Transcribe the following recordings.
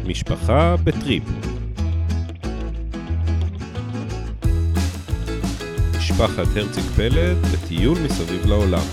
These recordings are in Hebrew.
משפחה בטריפ. משפחת הרציג פלד בטיול מסביב לעולם.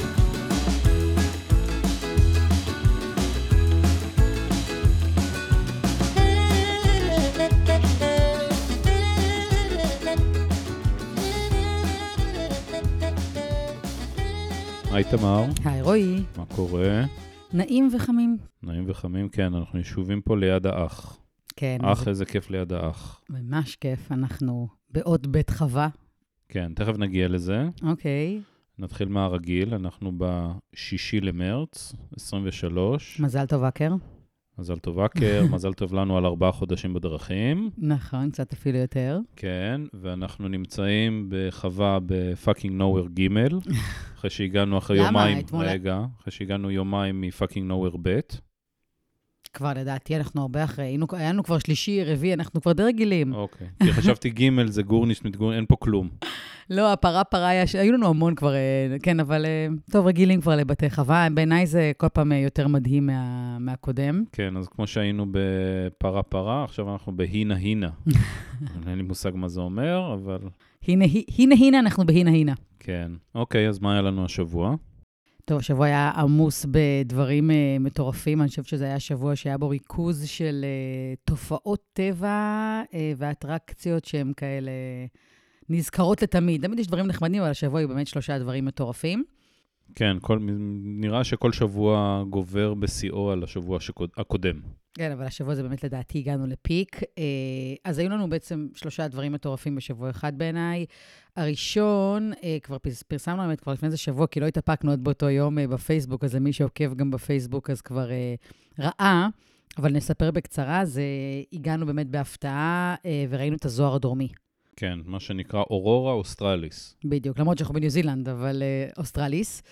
היי תמר. היי רועי. מה קורה? נעים וחמים. נעים וחמים, כן, אנחנו ישובים פה ליד האח. כן. אח, איזה כיף ליד האח. ממש כיף, אנחנו בעוד בית חווה. כן, תכף נגיע לזה. אוקיי. נתחיל מהרגיל, אנחנו ב6 למרץ, 23. מזל טוב אקר. מזל טוב אקר, מזל טוב לנו על 4 חודשים בדרכים. נכון, קצת אפילו יותר. כן, ואנחנו נמצאים בחווה בפאקינג נוואר ג' אחרי שהגענו אחרי יומיים, רגע, אחרי שהגענו יומיים מפאקינג נוואר ב'. כבר לדעתי, אנחנו הרבה אחרי, היה לנו כבר שלישי, רביעי, אנחנו כבר די רגילים. אוקיי, כי חשבתי ג' זה גורניש מתגורן, אין פה כלום. לא, הפרה, היו לנו המון כבר, כן, אבל טוב, רגילים כבר לבתי חווה, בעיניי זה כל פעם יותר מדהים מהקודם. כן, אז כמו שהיינו בפרה, עכשיו אנחנו בהינה. אין לי מושג מה זה אומר, אבל... הנה, אנחנו בהינה. כן, אוקיי, אז מה היה לנו השבוע? טוב, השבוע היה עמוס בדברים מטורפים, אני חושבת שזה היה שבוע שהיה בו ריכוז של תופעות טבע ואטרקציות שהן כאלה נזכרות לתמיד. תמיד יש דברים נחמדים, אבל השבוע היו באמת 3 דברים מטורפים. כן, נראה שכל שבוע גובר בשיאו על השבוע הקודם. כן, אבל השבוע זה באמת לדעתי הגענו לפיק. אז היו לנו בעצם 3 דברים מטורפים בשבוע אחד בעיניי. הראשון, כבר פרסמנו באמת כבר לפני זה שבוע, כי לא התאפקנו עוד באותו יום בפייסבוק, אז למי שעוקב גם בפייסבוק אז כבר ראה, אבל נספר בקצרה, אז הגענו באמת בהפתעה וראינו את הזוהר הדרומי. כן, מה שנקרא אורורה אוסטרליס. בדיוק, למרות שאנחנו בניו זילנד, אבל אוסטרליס.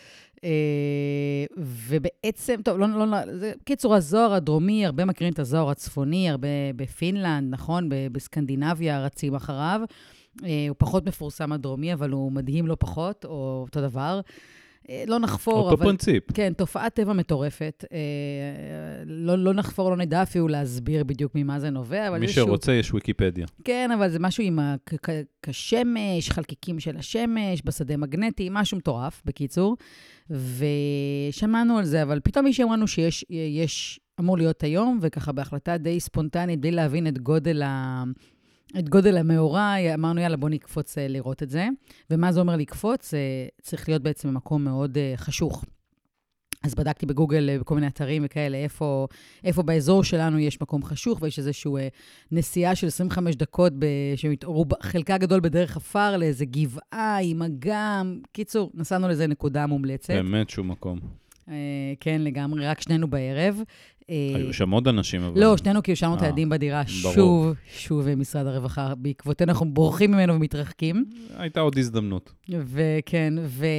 ובעצם, טוב, קיצור, הזוהר הדרומי, הרבה מכירים את הזוהר הצפוני, הרבה בפינלנד, נכון? בסקנדינביה רצים אחריו. הוא פחות מפורסם הדרומי, אבל הוא מדהים לא פחות, או אותו דבר. לא נחפור, אותו אבל... פרינציפ. כן, תופעת טבע מטורפת. לא נחפור, לא נדע אפילו להסביר בדיוק ממה זה נובע, אבל מי שרוצה, יש ויקיפדיה. כן, אבל זה משהו עם כשמש, חלקיקים של השמש, בשדה מגנטי, משהו מטורף, בקיצור. ושמענו על זה, אבל פתאום מישהו אמרנו שיש אמור להיות היום, וככה בהחלטה די ספונטנית, די להבין את גודל המאורע, אמרנו, יאללה, בוא נקפוץ לראות את זה. ומה זה אומר לקפוץ? צריך להיות בעצם במקום מאוד חשוך. אז בדקתי בגוגל בכל מיני אתרים וכאלה, איפה באזור שלנו יש מקום חשוך, ויש איזושהי נסיעה של 25 דקות, שמתעוררו חלקה גדול בדרך אפר, לאיזה גבעה עם אגם. קיצור, נסענו לזה נקודה מומלצת. באמת שום מקום. כן, לגמרי, רק שנינו בערב. היו שם עוד אנשים, אבל... לא, שנינו כי ישבנו את הילדים בדירה, שוב משרד הרווחה, בעקבותינו אנחנו בורחים ממנו ומתרחקים. הייתה עוד הזדמנות. וכן,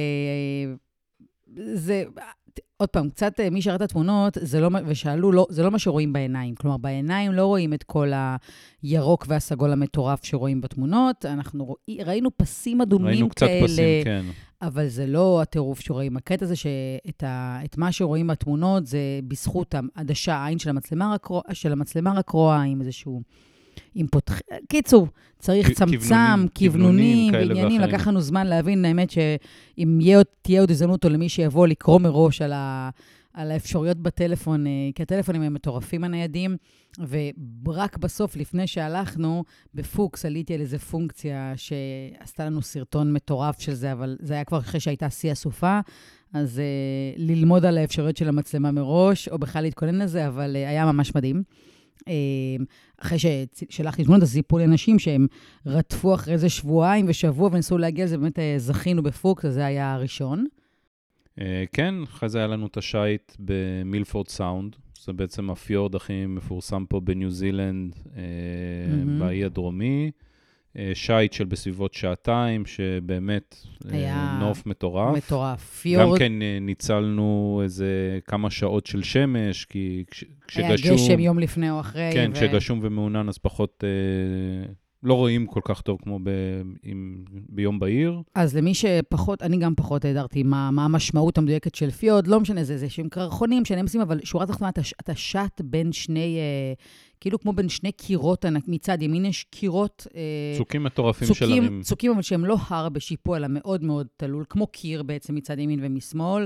זה, עוד פעם, קצת מי שראה את התמונות, ושאלו, זה לא מה שרואים בעיניים. כלומר, בעיניים לא רואים את כל הירוק והסגול המטורף שרואים בתמונות, אנחנו ראינו פסים אדומים כאלה. ראינו קצת פסים, כן. אבל זה לא הטירוף שרואים. הקטע זה שאת מה שרואים בתמונות, זה בזכות העדשה העין של המצלמה הקרואה, עם איזשהו... קיצור, צריך צמצם, כיוונונים ועניינים, לקח לנו זמן להבין, האמת שאם תהיה עוד הזדמנות או למי שיבוא לקרוא מראש על האפשרויות בטלפון, כי הטלפונים הם מטורפים הניידים, ורק בסוף, לפני שהלכנו, בפוקס עליתי על איזו פונקציה שעשתה לנו סרטון מטורף של זה, אבל זה היה כבר אחרי שהייתה שיא הסופה, אז ללמוד על האפשרויות של המצלמה מראש, או בכלל להתכונן לזה, אבל היה ממש מדהים. אחרי ששלחתי תמונות, אז סיפרו לאנשים שהם רדפו אחרי זה שבועיים ושבוע, וניסו להגיע לזה, באמת זכינו בפוקס, אז זה היה הראשון. כן, אחרי זה היה לנו את השייט במילפורד סאונד, זה בעצם הפיורד הכי מפורסם פה בניו זילנד, באי הדרומי. שייט של בסביבות 2 שעתיים, שבאמת נוף מטורף. מטורף. גם כן ניצלנו איזה כמה שעות של שמש, כי כשגשום... היה גשם יום לפני או אחרי. כן, כשגשום ומעונן, אז פחות לא רואים כל כך טוב כמו ביום בהיר. אז למי שפחות, אני גם פחות הדרתי מה המשמעות המדויקת של פיוד, לא משנה, זה שהם קרחונים שהם עושים, אבל שורה תחתונה, אתה שט בין שני, כאילו כמו בין שני קירות, מצד ימין יש קירות... צוקים מטורפים של הרים. צוקים, אבל שהם לא הר בשיפוע, אלא מאוד מאוד תלול, כמו קיר בעצם מצד ימין ומשמאל.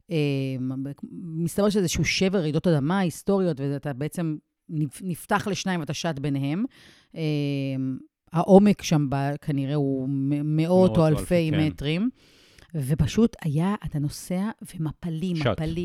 מסתבר שזה איזשהו שבר, רעידות אדמה, היסטוריות, ואתה בעצם נפתח לשניים ואתה שט ביניהם. העומק שם כנראה הוא מאות או אלפי מטרים, ופשוט היה, אתה נוסע ומפלים,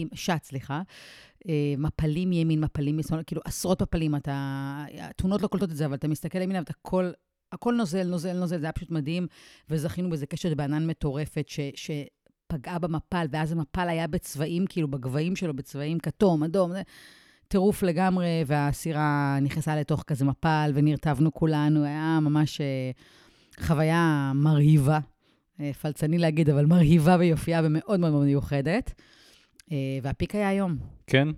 מפלים ימין, מפלים משמאל, כאילו עשרות מפלים, התמונות לא קולטות את זה, אבל אתה מסתכל ימינה, ואתה הכל נוזל, זה היה פשוט מדהים, וזכינו בזה קשת בענן מטורפת, שפגעה במפל, ואז המפל היה בצבעים, כאילו בגבעים שלו, בצבעים כתום, אדום, טירוף לגמרי, והסירה נכנסה לתוך כזה מפל, ונרטבנו כולנו, היה ממש חוויה מרהיבה, פלצני להגיד, אבל מרהיבה ויופייה, ומאוד מאוד מיוחדת, והפיק היה היום. כן,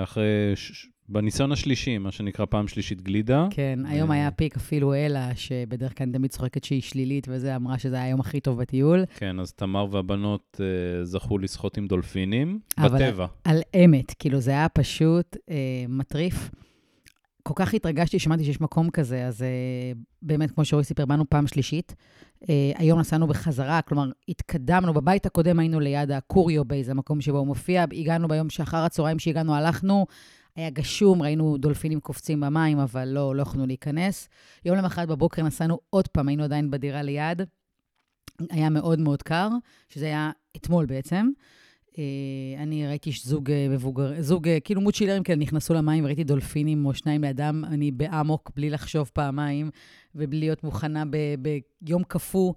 בניסיון השלישי, מה שנקרא פעם שלישית גלידה. כן, היום היה פיק אפילו אלה, שבדרך כלל תמיד צוחקת שהיא שלילית, וזה אמרה שזה היה היום הכי טוב בטיול. כן, אז תמר והבנות זכו לשחות עם דולפינים בטבע. על אמת, כאילו זה היה פשוט מטריף. כל כך התרגשתי, שמעתי שיש מקום כזה, אז באמת, כמו שרועי סיפר, באנו פעם שלישית. היום נסענו בחזרה, כלומר, התקדמנו, בבית הקודם היינו ליד הקוריו בייז, המקום שבו הוא מופיע, הגענו ביום שאחר הצהריים שהגענו, הלכנו, היה גשום, ראינו דולפינים קופצים במים, אבל לא יכולנו להיכנס. יום למחרת בבוקר נסענו עוד פעם, היינו עדיין בדירה ליד. היה מאוד מאוד קר, שזה היה אתמול בעצם. אני ראיתי זוג כאילו מוצ'ילרים כאלה נכנסו למים, וראיתי דולפינים או שניים לידם, אני באמוק, בלי לחשוב פעמיים, ובלי להיות מוכנה ביום כפו,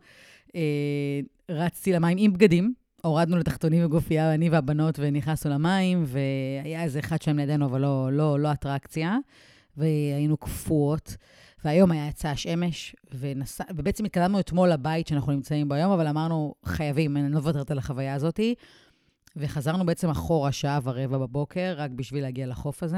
רצתי למים עם בגדים, הורדנו לתחתונים וגופייה, אני והבנות, ונכנסנו למים, והיה איזה אחד שם לידינו, אבל לא אטרקציה, והיינו כפואות, והיום היה יצא השמש, ובעצם התקדמנו אתמול לבית שאנחנו נמצאים בו היום, אבל אמרנו, חייבים, אני לא מוותרת על החוויה הזאת, וחזרנו בעצם אחורה, 1:15 בבוקר, רק בשביל להגיע לחוף הזה.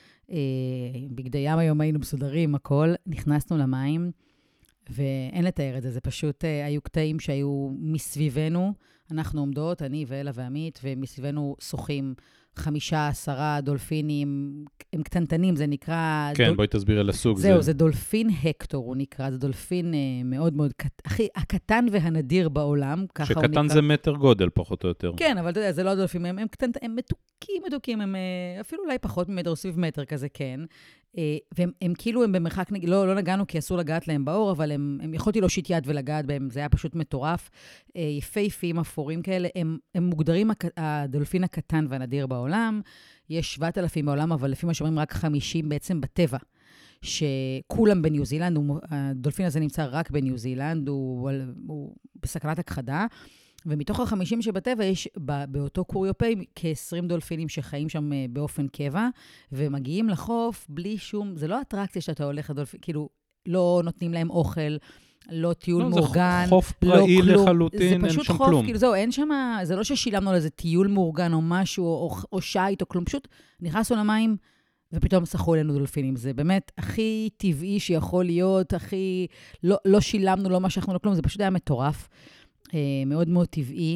בגדי ים היום היינו מסודרים, הכל, נכנסנו למים, ואין לתאר את זה, זה פשוט היו קטעים שהיו מסביבנו, אנחנו עומדות, אני ואלה ועמית, ומסביבנו שוחים 5-10 דולפינים, הם קטנטנים, זה נקרא... כן, בואי תסביר על הסוג. זהו, זה דולפין הקטור, הוא נקרא, זה דולפין מאוד מאוד, הקטן והנדיר בעולם, ככה הוא נקרא. שקטן זה מטר גודל, פחות או יותר. כן, אבל אתה יודע, זה לא הדולפים, הם מתוקים, הם אפילו אולי פחות ממטר, סביב מטר כזה, כן. והם כאילו, הם במרחק, לא נגענו כי אסור לגעת להם באור, אבל הם יכולתי להושיט יד ולגעת בהם, זה היה פשוט מטורף. יפהפיים, אפורים כאלה, הם מוגדרים הדולפין הקטן והנדיר בעולם, יש 7,000 בעולם, אבל לפי מה שאומרים רק 50 בעצם בטבע, שכולם בניו זילנד, הדולפין הזה נמצא רק בניו זילנד, הוא בסכנת הכחדה, ומתוך ה-50 שבטבע יש באותו קוריופי כ-20 דולפינים שחיים שם באופן קבע, ומגיעים לחוף בלי שום, זה לא אטרקציה שאתה הולך לדולפין, כאילו לא נותנים להם אוכל, לא טיול מאורגן, זה חוף פראי לחלוטין, אין שם כלום. כאילו זהו, אין שם, זה לא ששילמנו על איזה טיול מאורגן או משהו, או שייט או כלום, פשוט נכנסנו למים, ופתאום שחו אלינו דולפינים. זה באמת הכי טבעי שיכול להיות, הכי, לא שילמנו, לא משכנו, לא כלום, זה פשוט היה מטורף. מאוד מאוד טבעי,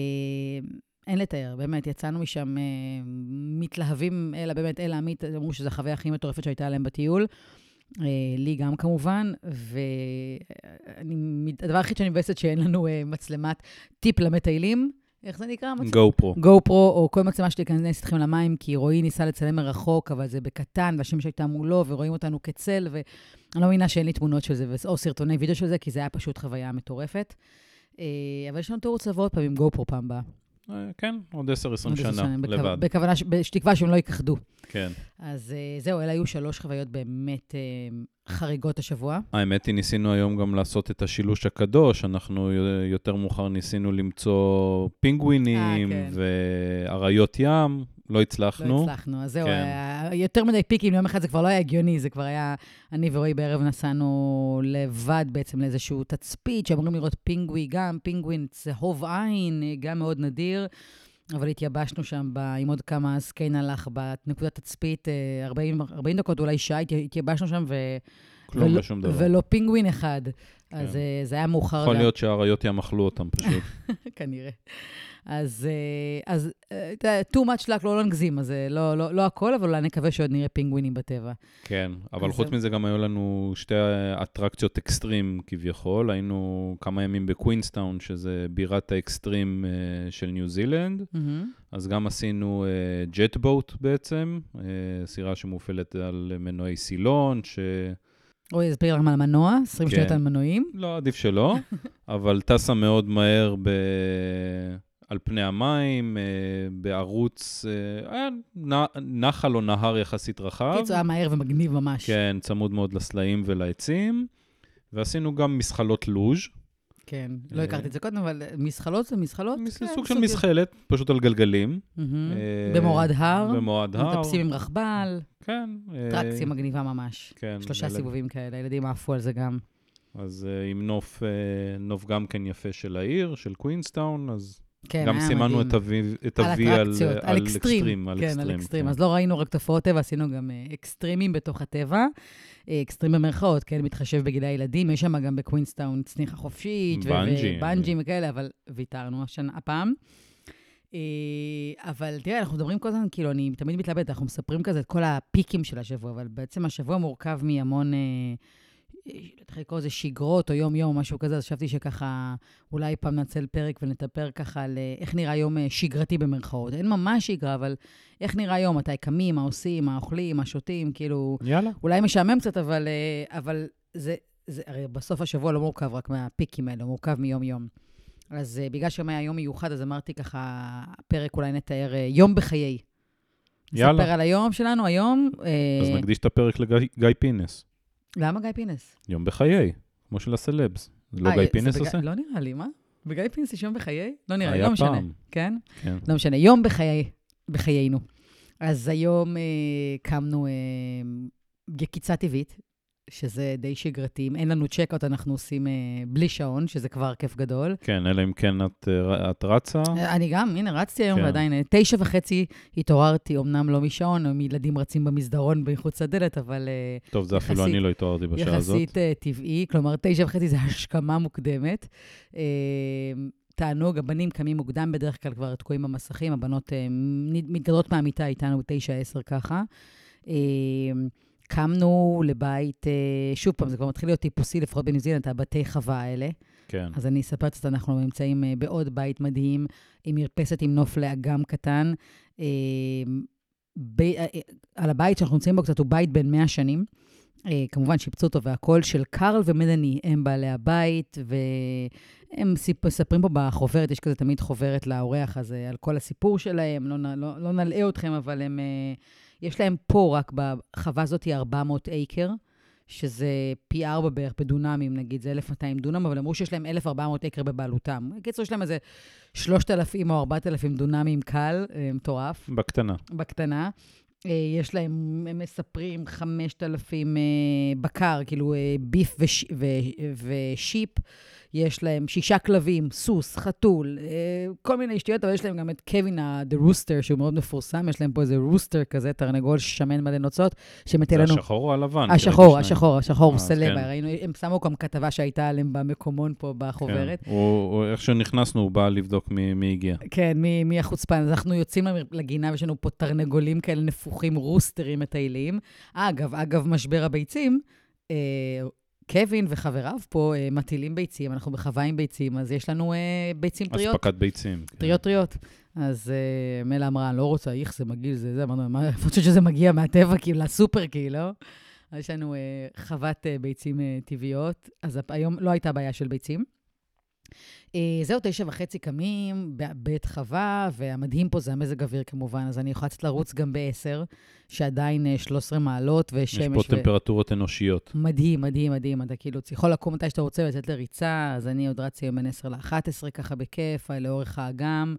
אין לתאר, באמת, יצאנו משם מתלהבים, אלא באמת, אלא עמית, אמרו שזו החוויה הכי מטורפת שהייתה עליהם בטיול, לי גם כמובן, והדבר הכי שאני מבאסת שאין לנו מצלמת טיפ למטיילים, איך זה נקרא? גו פרו, או כל מצלמה שלי כנס איתכם למים, כי רועי ניסה לצלם מרחוק, אבל זה בקטן, והשם שהייתה מולו, ורואים אותנו כצל, ואני לא מבינה שאין לי תמונות של זה, או סרטוני וידאו של זה, כי זה היה פשוט חוויה מטורפת. אבל יש לנו תירוץ לבוא עוד פעם עם גו פרו פעם באה. כן, עוד 10-20 שנה, לבד. בכוונה, בתקווה שהם לא ייכחדו. כן. אז זהו, אלה היו 3 חוויות באמת חריגות השבוע. האמת היא, ניסינו היום גם לעשות את השילוש הקדוש, אנחנו יותר מאוחר ניסינו למצוא פינגווינים ואריות ים, לא הצלחנו. אז זהו, יותר מדי פיקים, יום אחד זה כבר לא היה הגיוני, זה כבר היה, אני ורועי בערב נסענו לבד בעצם לאיזשהו תצפית, שאמורים לראות פינגווין צהוב עין, גם מאוד נדיר, אבל התייבשנו שם עם עוד כמה סקיין הלך בנקודת תצפית, 40 דקות, אולי שעה, התייבשנו שם כלום ושום דבר. ולא פינגווין אחד. אז זה היה מאוחר. יכול להיות שהאריות ים אכלו אותם פשוט. כנראה. אז too much luck, לא נגזים, אז לא הכל, אבל אולי נקווה שעוד נראה פינגווינים בטבע. כן, אבל חוץ מזה גם היו לנו שתי אטרקציות אקסטרים כביכול. היינו כמה ימים בקווינסטאון, שזה בירת האקסטרים של ניו זילנד. אז גם עשינו ג'טבוט בעצם, סירה שמופעלת על מנועי סילון, אוי, אסביר לכם על מנוע, 20 שניות על מנועים. לא, עדיף שלא, אבל טסה מאוד מהר על פני המים, בערוץ, היה נחל או נהר יחסית רחב. קיצור, היה מהר ומגניב ממש. כן, צמוד מאוד לסלעים ולעצים, ועשינו גם מסחלות לוז'. כן, לא הכרתי את זה קודם, אבל מסחלות זה מסחלות? סוג של מסחלת, פשוט על גלגלים. במורד הר. במורד הר. מטפסים עם רכבל. כן. טרקציה מגניבה ממש. כן. 3 סיבובים כאלה, הילדים עפו על זה גם. אז עם נוף גם כן יפה של העיר, של קווינסטאון, אז כן, גם סימנו את ה-V על אקסטרים. כן, על אקסטרים. אז לא ראינו רק תופעות טבע, עשינו גם אקסטרימים בתוך הטבע. אקסטרים במרכאות, כן, מתחשב בגילי הילדים. יש שם גם בקווינסטאון צניחה חופשית. ובנג'ים וכאלה, אבל ויתרנו הפעם. אבל תראה, אנחנו מדברים כל הזמן, כאילו, אני תמיד מתלבט, אנחנו מספרים כזה את כל הפיקים של השבוע, אבל בעצם השבוע מורכב מהמון, התחיל לקרוא לזה שגרות או יום-יום, משהו כזה, אז חשבתי שככה, אולי פעם נצל פרק ונטפר ככה על איך נראה יום שגרתי במרכאות. אין ממש שגרה, אבל איך נראה יום, מתי קמים, מה עושים, מה אוכלים, מה שותים, כאילו, יאללה. אולי משעמם קצת, אבל זה, הרי בסוף השבוע לא מורכב רק מהפיקים האלה, הוא מורכב מיום-יום. אז בגלל שהיה יום מיוחד, אז אמרתי ככה, הפרק אולי נתאר יום בחיי. יאללה. נספר על היום שלנו, היום. אז נקדיש את הפרק לגיא פינס. למה גיא פינס? יום בחיי, כמו של הסלבס. לא גיא פינס עושה? לא נראה לי, מה? בגיא פינס יש יום בחיי? לא נראה לי, היה לא משנה. פעם. כן? כן. לא משנה, יום בחיינו. אז היום קמנו יקיצה טבעית, שזה די שגרתי. אין לנו צ'קאוט, אנחנו עושים בלי שעון, שזה כבר כיף גדול. כן, אלא אם כן את רצה. אני גם, הנה, רצתי היום כן. ועדיין 9:30 התעוררתי, אמנם לא משעון, או מילדים רצים במסדרון בחוץ לדלת, אבל טוב, זה אפילו אני לא התעוררתי בשעה הזאת. יחסית טבעי, כלומר 9:30 זה השכמה מוקדמת. תענוג, הבנים קמים מוקדם בדרך כלל כבר תקועים במסכים, הבנות מתגדרות מהמיטה איתנו ב9:10 ככה. קמנו לבית, שוב פעם, זה כבר מתחיל להיות טיפוסי, לפחות בניו זילנד, הבתי חווה האלה. כן. אז אני אספר קצת, אנחנו נמצאים בעוד בית מדהים, עם מרפסת עם נוף לאגם קטן. על הבית שאנחנו נמצאים בו קצת, הוא בית בין 100 שנים. כמובן שיפצו אותו והכל, של קרל ומדני, הם בעלי הבית, והם מספרים פה בחוברת, יש כזה תמיד חוברת לאורח הזה, על כל הסיפור שלהם, לא נלאה אתכם, אבל הם... יש להם פה רק בחווה הזאת 400 איקר, שזה פי 4 בערך בדונמים, נגיד, זה 1,200 דונם, אבל אמרו שיש להם 1,400 איקר בבעלותם. בקיצור, יש להם איזה 3,000 או 4,000 דונמים קל, מטורף. בקטנה. יש להם, הם מספרים 5,000 בקר, כאילו ביף ושיפ. יש להם 6 כלבים, סוס, חתול, כל מיני שטויות, אבל יש להם גם את קווין, the rooster, שהוא מאוד מפורסם, יש להם פה איזה רוסטר כזה, תרנגול שמן מלא נוצות, שמתא לנו... זה השחור או הלבן? השחור, הוא סלב, הם שמו גם כתבה שהייתה עליהם במקומון פה בחוברת. איך שנכנסנו, הוא בא לבדוק מי הגיע. כן, מי החוצפן. אז אנחנו יוצאים לגינה, ויש לנו פה תרנגולים כאלה נפוחים, רוסטרים מטיילים. אגב, משבר הביצים, קווין וחבריו פה מטילים ביצים, אנחנו בחווה עם ביצים, אז יש לנו ביצים טריות. אספקת ביצים. טריות. אז מלה אמרה, אני לא רוצה, איך זה מגיל, זה, אמרנו, אני חושבת שזה מגיע מהטבע, כאילו, לסופר, כאילו. אז יש לנו חוות ביצים טבעיות, אז היום לא הייתה בעיה של ביצים. זהו 9:30 קמים, בית חווה, והמדהים פה זה המזג אוויר כמובן, אז אני יכולה קצת לרוץ גם ב10, שעדיין 13 מעלות ושמש. יש פה טמפרטורות אנושיות. מדהים, אתה כאילו יכול לקום מתי שאתה רוצה ולצאת לריצה, אז אני עוד רצתי בין 10-11 ככה בכיף, לאורך האגם,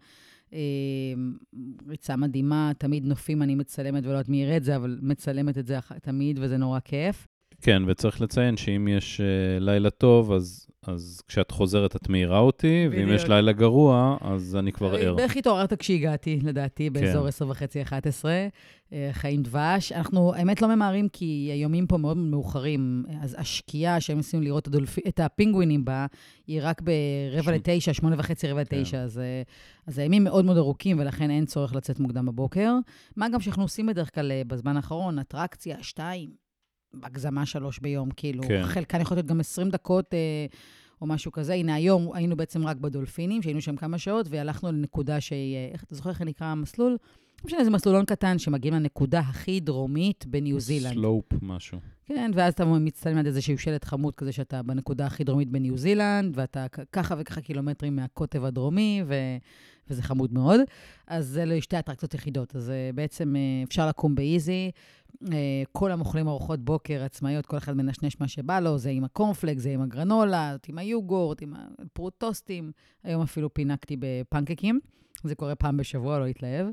ריצה מדהימה, תמיד נופים אני מצלמת, ולא את מי יראה את זה, אבל מצלמת את זה תמיד, וזה נורא כיף. כן, וצריך לציין שאם יש לילה טוב, אז אז כשאת חוזרת את מהירה אותי, ואם בדיוק. יש לילה גרוע, אז אני כבר ער. בערך התעוררת כשהגעתי, לדעתי, באזור 10:30-11, חיים דבש. אנחנו, האמת, לא ממהרים, כי היומים פה מאוד מאוחרים, אז השקיעה שהם ניסינו לראות את הפינגווינים בה, היא רק ב-8:45, 8:30, אז הימים מאוד מאוד ארוכים, ולכן אין צורך לצאת מוקדם בבוקר. מה גם שאנחנו עושים בדרך כלל בזמן האחרון, אטרקציה 2, בהגזמה 3 ביום, כאילו, חלקן יכול להיות גם 20 דקות, או משהו כזה. הנה, היום היינו בעצם רק בדולפינים, שהיינו שם כמה שעות, והלכנו לנקודה שהיא, איך אתה זוכר איך נקרא המסלול? לא משנה, זה מסלולון קטן שמגיעים לנקודה הכי דרומית בניו זילנד. סלופ משהו. כן, ואז אתה מצטלם עד איזשהו שלט חמוד כזה שאתה בנקודה הכי דרומית בניו זילנד, ואתה ככה וככה קילומטרים מהקוטב הדרומי, וזה חמוד מאוד. אז זה לא שתי אטרקציות יחידות, אז בעצם אפשר לקום באיזי, כל המאכלים ארוחות בוקר עצמאיות, כל אחד מנשנש מה שבא לו, זה עם הקורנפלקס, זה עם הגרנולה, עם היוגורט, עם הפרוטוסטים. היום אפילו פינקתי בפנקקים, זה קורה פעם בשבוע, לא להתלהב.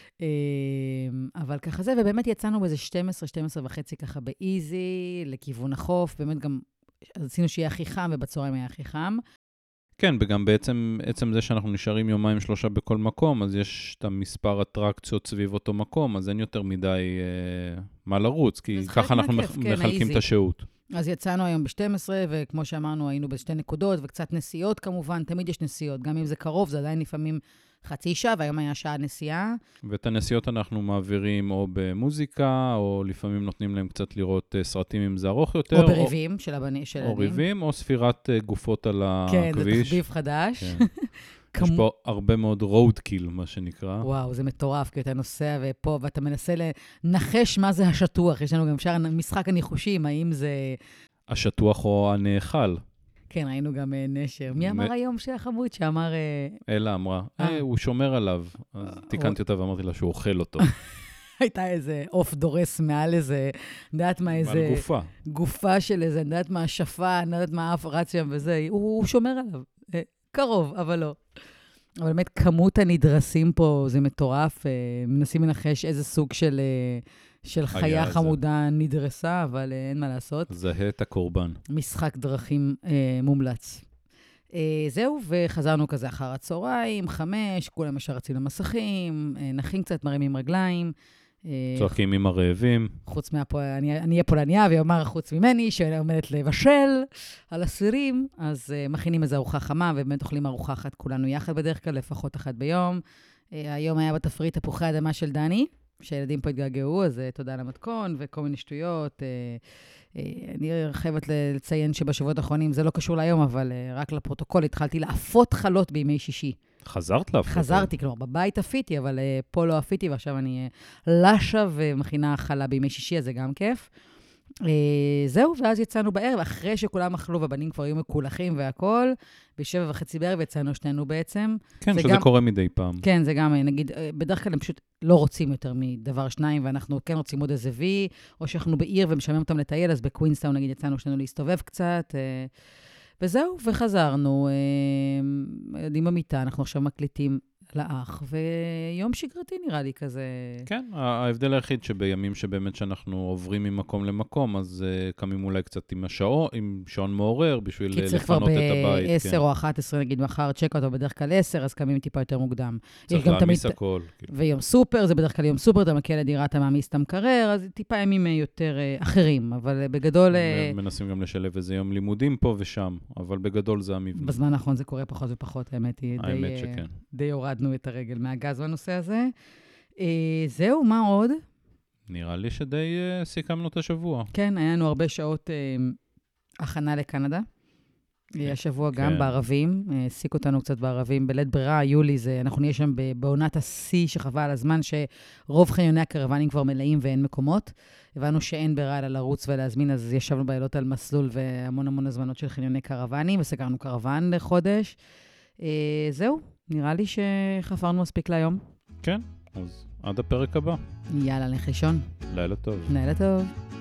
אבל ככה זה, ובאמת יצאנו באיזה 12 וחצי ככה באיזי, לכיוון החוף, באמת גם עשינו שיהיה הכי חם, ובצהריים היה הכי חם. כן, וגם בעצם זה שאנחנו נשארים 2-3 בכל מקום, אז יש את המספר אטרקציות סביב אותו מקום, אז אין יותר מדי מה לרוץ, כי ככה אנחנו מחלקים את השהות. אז יצאנו היום ב-12, וכמו שאמרנו, היינו בשתי נקודות, וקצת נסיעות כמובן, תמיד יש נסיעות, גם אם זה קרוב, זה עדיין לפעמים חצי שעה, והיום היה שעה נסיעה. ואת הנסיעות אנחנו מעבירים או במוזיקה, או לפעמים נותנים להם קצת לראות סרטים אם זה ארוך יותר. או בריבים של הבנים. או ריבים, או ספירת גופות על הכביש. כן, זה תחביב חדש. כן. יש פה הרבה מאוד roadkill, מה שנקרא. וואו, זה מטורף, כי אתה נוסע ופה, ואתה מנסה לנחש מה זה השטוח. יש לנו גם אפשר משחק הניחושים, האם זה... השטוח או הנאכל. כן, ראינו גם נשר. מי אמר היום שהחמוד שאמר... אלה אמרה, הוא שומר עליו. אז תיקנתי אותה ואמרתי לה שהוא אוכל אותו. הייתה איזה אוף דורס מעל איזה, נדעת מה איזה... מעל גופה. גופה של איזה, נדעת מה השפה, נדעת מה אף רץ שם וזה. הוא שומר עליו. קרוב, אבל לא. אבל באמת, כמות הנדרסים פה זה מטורף. מנסים לנחש איזה סוג של חיה חמודה נדרסה, אבל אין מה לעשות. זהה את הקורבן. משחק דרכים מומלץ. זהו, וחזרנו כזה אחר הצהריים, 5, כולם ישר רצים למסכים, נחים קצת, מרימים רגליים. צועקים עם הרעבים. חוץ אני אהיה פולניה, ויאמר חוץ ממני, שעומדת לבשל על הסירים, אז מכינים איזו ארוחה חמה, ובאמת אוכלים ארוחה אחת כולנו יחד בדרך כלל, לפחות אחת ביום. היום היה בתפריט תפוחי האדמה של דני, שהילדים פה התגעגעו, אז תודה על המתכון וכל מיני שטויות. אני חייבת לציין שבשבועות האחרונים, זה לא קשור להיום, אבל רק לפרוטוקול, התחלתי לאפות חלות בימי שישי. חזרת לאפות? חזרתי, כלומר, בבית אפיתי, אבל פה לא אפיתי, ועכשיו אני לשה ומכינה חלה בימי שישי, אז זה גם כיף. זהו, ואז יצאנו בערב, אחרי שכולם אכלו, והבנים כבר היו מקולחים והכל, ב7:30 בערב יצאנו שנינו בעצם. כן, שזה גם, קורה מדי פעם. כן, זה גם, נגיד, בדרך כלל הם פשוט לא רוצים יותר מדבר שניים, ואנחנו כן רוצים עוד איזה וי, או שאנחנו בעיר ומשמם אותם לטייל, אז בקווינסטאון, נגיד, יצאנו שנינו להסתובב קצת, וזהו, וחזרנו, ילדים במיטה, אנחנו עכשיו מקליטים לאח, ויום שגרתי נראה לי כזה. כן, ההבדל היחיד שבימים שבאמת שאנחנו עוברים ממקום למקום, אז קמים אולי קצת עם שעון מעורר, בשביל לפנות את הבית. כי צריך כבר ב-10 או 11, נגיד מחר צ'קאוט, או בדרך כלל 10, אז קמים טיפה יותר מוקדם. צריך להמיס הכל. ויום סופר, זה בדרך כלל יום סופר, אתה מגיע לדירה, אתה מעמיס, אתה מקרר, אז טיפה ימים יותר אחרים, אבל בגדול... מנסים גם לשלב איזה יום לימודים פה ושם, אבל בגדול זה המבנה. בזמן האחרון זה קורה פחות ופחות, האמת שכן. די הורדנו את הרגל מהגז בנושא הזה. זהו, מה עוד? נראה לי שדי סיכמנו את השבוע. כן, היה לנו הרבה שעות הכנה לקנדה. השבוע גם בערבים, העסיק אותנו קצת בערבים, בלית ברירה, יולי זה, אנחנו נהיה שם בעונת השיא שחווה על הזמן, שרוב חניוני הקרוונים כבר מלאים ואין מקומות. הבנו שאין ברירה אלא לרוץ ולהזמין, אז ישבנו בעלות על מסלול והמון הזמנות של חניוני קרוונים, וסגרנו קרוון לחודש. זהו, נראה לי שחפרנו מספיק להיום. כן, אז עד הפרק הבא. יאללה, לך לישון. לילה טוב. לילה טוב.